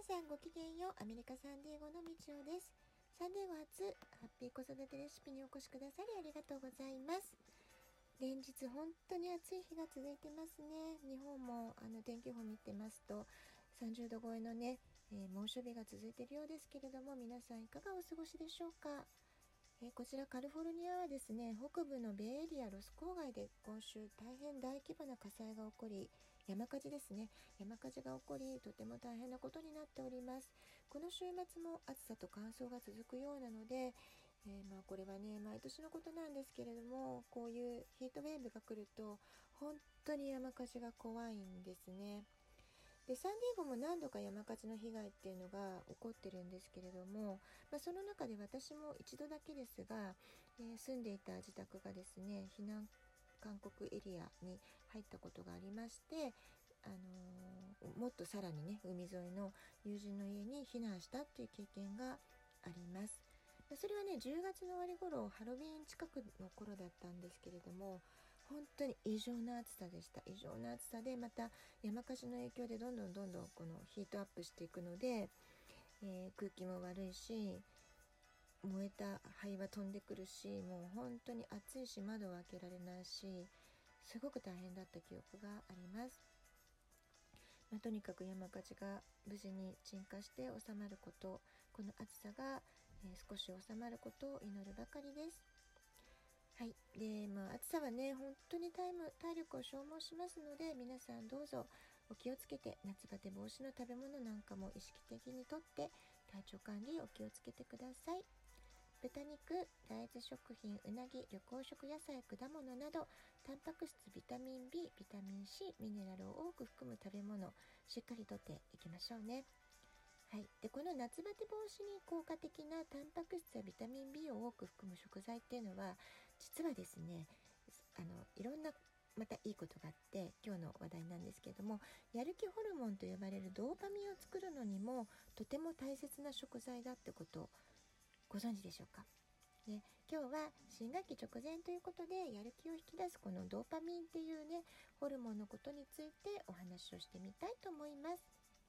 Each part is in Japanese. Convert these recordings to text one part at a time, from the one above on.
さんごきげんよう。アメリカサンディエゴのみちおです。サンディエゴ初ハッピー子育てレシピにお越しくださりありがとうございます。連日本当に暑い日が続いてますね。日本も天気予報見てますと30度超えのね、猛暑日が続いているようですけれども、皆さんいかがお過ごしでしょうか。こちらカリフォルニアはですね、北部のベイエリアロス郊外で今週大変大規模な火災が起こり、山火事ですね、山火事が起こり、とても大変なことになっております。この週末も暑さと乾燥が続くようなので、これはね毎年のことなんですけれども、こういうヒートウェーブが来ると本当に山火事が怖いんですね。でサンディエゴも何度か山火事の被害っていうのが起こってるんですけれども、その中で私も一度だけですが、住んでいた自宅がですね、避難勧告エリアに入ったことがありまして、もっとさらにね海沿いの友人の家に避難したっていう経験があります。それはね10月の終わり頃、ハロウィーン近くの頃だったんですけれども、本当に異常な暑さでした。異常な暑さで、また山火事の影響でどんどんこのヒートアップしていくので、空気も悪いし、燃えた灰は飛んでくるし、もう本当に暑いし、窓は開けられないし、すごく大変だった記憶があります。とにかく山火事が無事に鎮火して収まること、この暑さが、少し収まることを祈るばかりです。はい。で、暑さはね本当に体力を消耗しますので、皆さんどうぞお気をつけて、夏バテ防止の食べ物なんかも意識的にとって体調管理お気をつけてください。豚肉、大豆食品、うなぎ、緑黄色野菜、果物など、タンパク質、ビタミン B、ビタミン C、ミネラルを多く含む食べ物、しっかりとっていきましょうね。はい。で、この夏バテ防止に効果的なタンパク質やビタミン B を多く含む食材っていうのは、実はですね、いろんなまたいいことがあって、今日の話題なんですけれども、やる気ホルモンと呼ばれるドーパミンを作るのにもとても大切な食材だってことをご存知でしょうか。で、今日は新学期直前ということで、やる気を引き出すこのドーパミンっていうねホルモンのことについてお話をしてみたいと思います。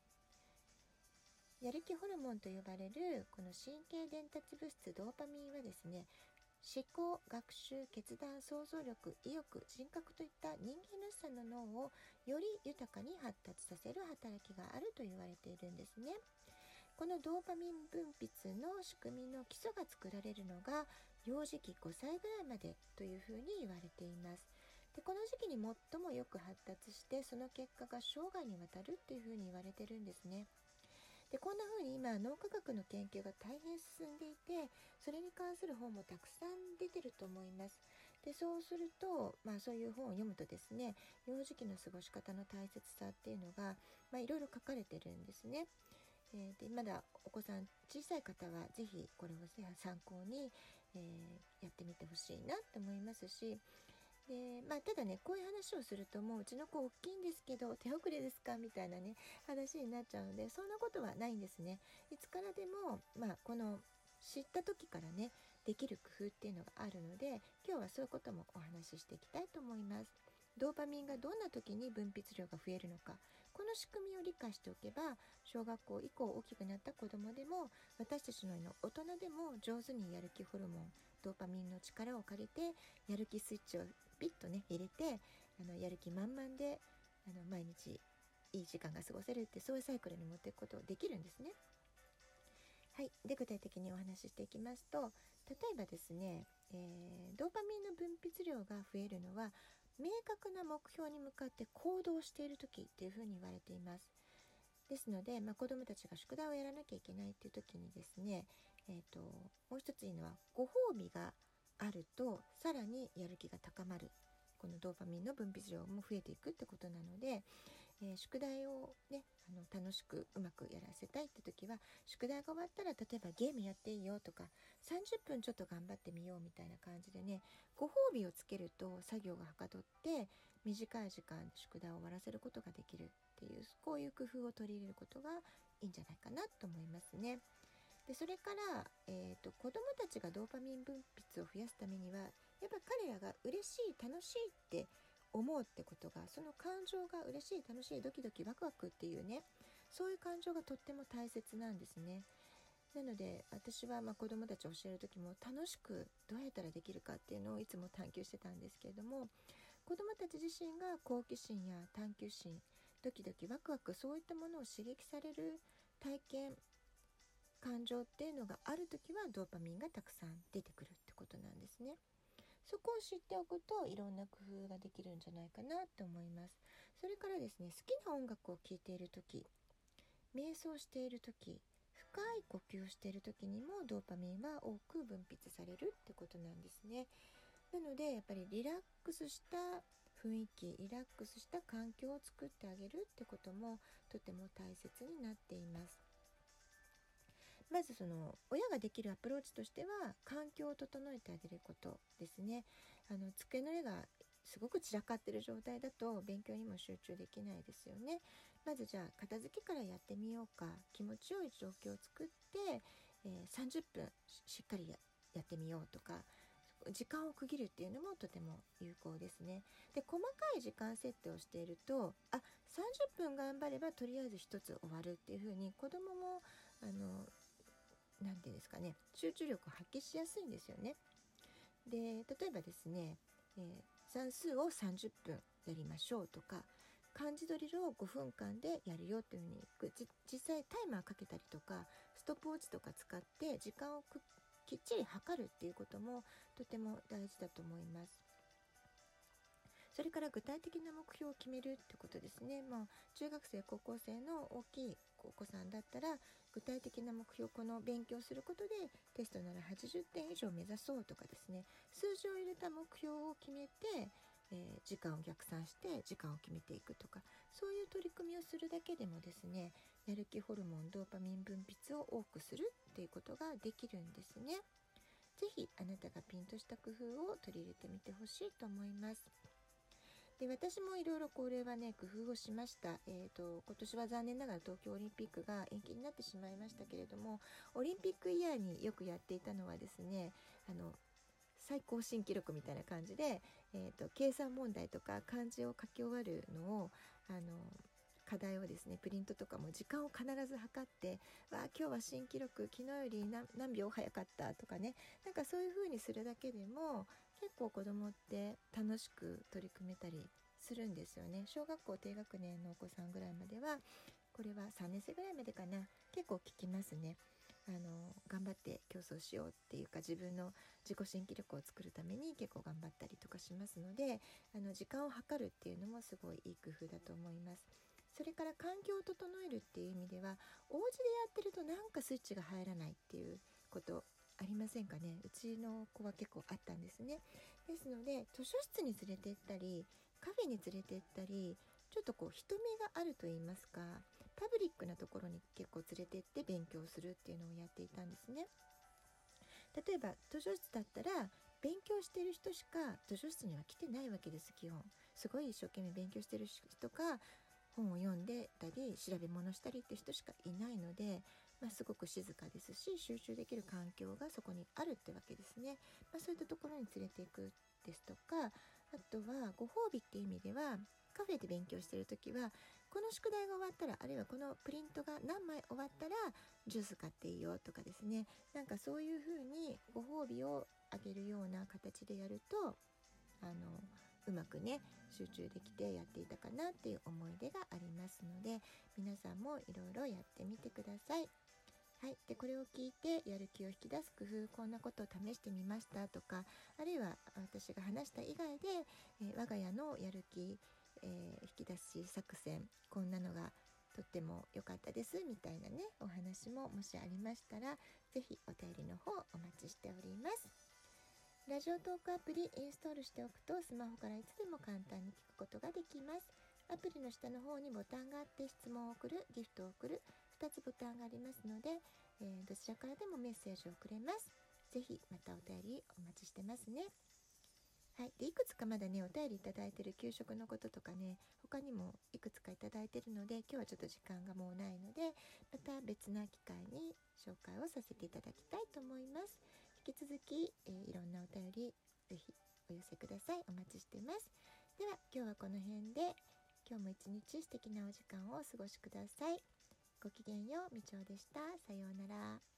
やる気ホルモンと呼ばれるこの神経伝達物質ドーパミンはですね、思考、学習、決断、想像力、意欲、人格といった人間らしさの脳をより豊かに発達させる働きがあると言われているんですね。このドーパミン分泌の仕組みの基礎が作られるのが幼児期5歳ぐらいまでというふうに言われています。で、この時期に最もよく発達して、その結果が生涯にわたるというふうに言われてるんですね。で、こんな風に今脳科学の研究が大変進んでいて、それに関する本もたくさん出てると思います。で、そうすると、そういう本を読むとですね、幼児期の過ごし方の大切さっていうのが、いろいろ書かれてるんですね。で、まだお子さん小さい方はぜひこれを参考に、やってみてほしいなと思いますし、で、ただね、こういう話をすると、もううちの子大きいんですけど手遅れですかみたいなね話になっちゃうので、そんなことはないんですね。いつからでも、この知った時からねできる工夫っていうのがあるので、今日はそういうこともお話ししていきたいと思います。ドーパミンがどんな時に分泌量が増えるのか、この仕組みを理解しておけば、小学校以降大きくなった子どもでも、私たちのような大人でも上手にやる気ホルモンドーパミンの力を借りて、やる気スイッチをピッとね入れて、やる気満々で毎日いい時間が過ごせるって、そういうサイクルに持っていくことできるんですね。はい。で、具体的にお話ししていきますと、例えばですね、ドーパミンの分泌量が増えるのは、明確な目標に向かって行動している時っていうふうに言われています。ですので、子どもたちが宿題をやらなきゃいけないっていう時にですね、もう一ついいのは、ご褒美があるとさらにやる気が高まる。このドーパミンの分泌量も増えていくってことなので、宿題をね楽しくうまくやらせたいって時は、宿題が終わったら例えばゲームやっていいよとか、30分ちょっと頑張ってみようみたいな感じでね、ご褒美をつけると作業がはかどって短い時間宿題を終わらせることができるっていう、こういう工夫を取り入れることがいいんじゃないかなと思いますね。で、それから、子どもたちがドーパミン分泌を増やすためには、やっぱ彼らが嬉しい楽しいって思うってことが、その感情が嬉しい楽しいドキドキワクワクっていうね、 そういう感情がとっても大切なんですね。なので私は子どもたちを教える時も楽しくどうやったらできるかっていうのをいつも探求してたんですけれども、子どもたち自身が好奇心や探求心、ドキドキワクワク、そういったものを刺激される体験、感情っていうのがある時はドーパミンがたくさん出てくるってことなんですね。そこを知っておくといろんな工夫ができるんじゃないかなと思います。それからですね、好きな音楽を聴いている時、瞑想している時、深い呼吸をしている時にもドーパミンは多く分泌されるってことなんですね。なのでやっぱりリラックスした雰囲気、リラックスした環境を作ってあげるってこともとても大切になっています。まず親ができるアプローチとしては、環境を整えてあげることですね。机の上がすごく散らかっている状態だと勉強にも集中できないですよね。まずじゃあ片付けからやってみようか、気持ちよい状況を作って、30分しっかり やってみようとか、時間を区切るっていうのもとても有効ですね。で、細かい時間設定をしていると、30分頑張ればとりあえず一つ終わるっていう風に子供もなんていうんですかね、集中力を発揮しやすいんですよね。で、例えばですね、算数を30分やりましょうとか、漢字ドリルを5分間でやるよというふうに実際タイマーかけたりとか、ストップウォッチとか使って時間をきっちり測るっていうこともとても大事だと思います。それから具体的な目標を決めるってことですね。中学生高校生の大きいお子さんだったら、具体的な目標、この勉強することでテストなら80点以上目指そうとかですね、数字を入れた目標を決めて、時間を逆算して時間を決めていくとか、そういう取り組みをするだけでもですね、やる気ホルモンドーパミン分泌を多くするっていうことができるんですね。ぜひあなたがピンとした工夫を取り入れてみてほしいと思います。で、私もいろいろこれはね、工夫をしました。今年は残念ながら東京オリンピックが延期になってしまいましたけれども、オリンピックイヤーによくやっていたのはですね、最高新記録みたいな感じで、計算問題とか漢字を書き終わるのを課題をですね、プリントとかも時間を必ず測って、今日は新記録、昨日より何秒早かったとかね、なんかそういう風にするだけでも結構子供って楽しく取り組めたりするんですよね。小学校低学年のお子さんぐらいまでは、これは3年生ぐらいまでかな、結構聞きますね。頑張って競争しようっていうか、自分の自己新記録を作るために結構頑張ったりとかしますので、時間を計るっていうのもすごいいい工夫だと思います。それから環境を整えるっていう意味では、お家でやってるとなんかスイッチが入らないっていうことありませんかね。うちの子は結構あったんですね。ですので、図書室に連れて行ったり、カフェに連れて行ったり、ちょっと人目があると言いますか、パブリックなところに結構連れて行って勉強するっていうのをやっていたんですね。例えば図書室だったら、勉強している人しか図書室には来てないわけです。基本すごい一生懸命勉強している人か、本を読んでたり調べ物したりって人しかいないので、すごく静かですし、集中できる環境がそこにあるってわけですね。そういったところに連れていくですとか、あとはご褒美っていう意味では、カフェで勉強している時は、この宿題が終わったら、あるいはこのプリントが何枚終わったらジュース買っていいよとかですね、なんかそういう風にご褒美をあげるような形でやると、うまくね、集中できてやっていたかなっていう思い出がありますので、皆さんもいろいろやってみてください。はい、でこれを聞いてやる気を引き出す工夫、こんなことを試してみましたとか、あるいは私が話した以外で、我が家のやる気、引き出し作戦、こんなのがとっても良かったですみたいなね、お話ももしありましたら、ぜひお便りの方お待ちしております。ラジオトークアプリインストールしておくと、スマホからいつでも簡単に聞くことができます。アプリの下の方にボタンがあって、質問を送る、ギフトを送る、2つボタンがありますので、どちらからでもメッセージを送れます。ぜひまたお便りお待ちしてますね。はい、でいくつかまだね、お便りいただいている給食のこととかね、他にもいくつかいただいているので、今日はちょっと時間がもうないので、また別な機会に紹介をさせていただきたいと思います。引き続き、いろんなお便りぜひお寄せください。お待ちしてます。では今日はこの辺で、今日も一日素敵なお時間をお過ごしください。 ごきげんよう、みちおでした。さようなら。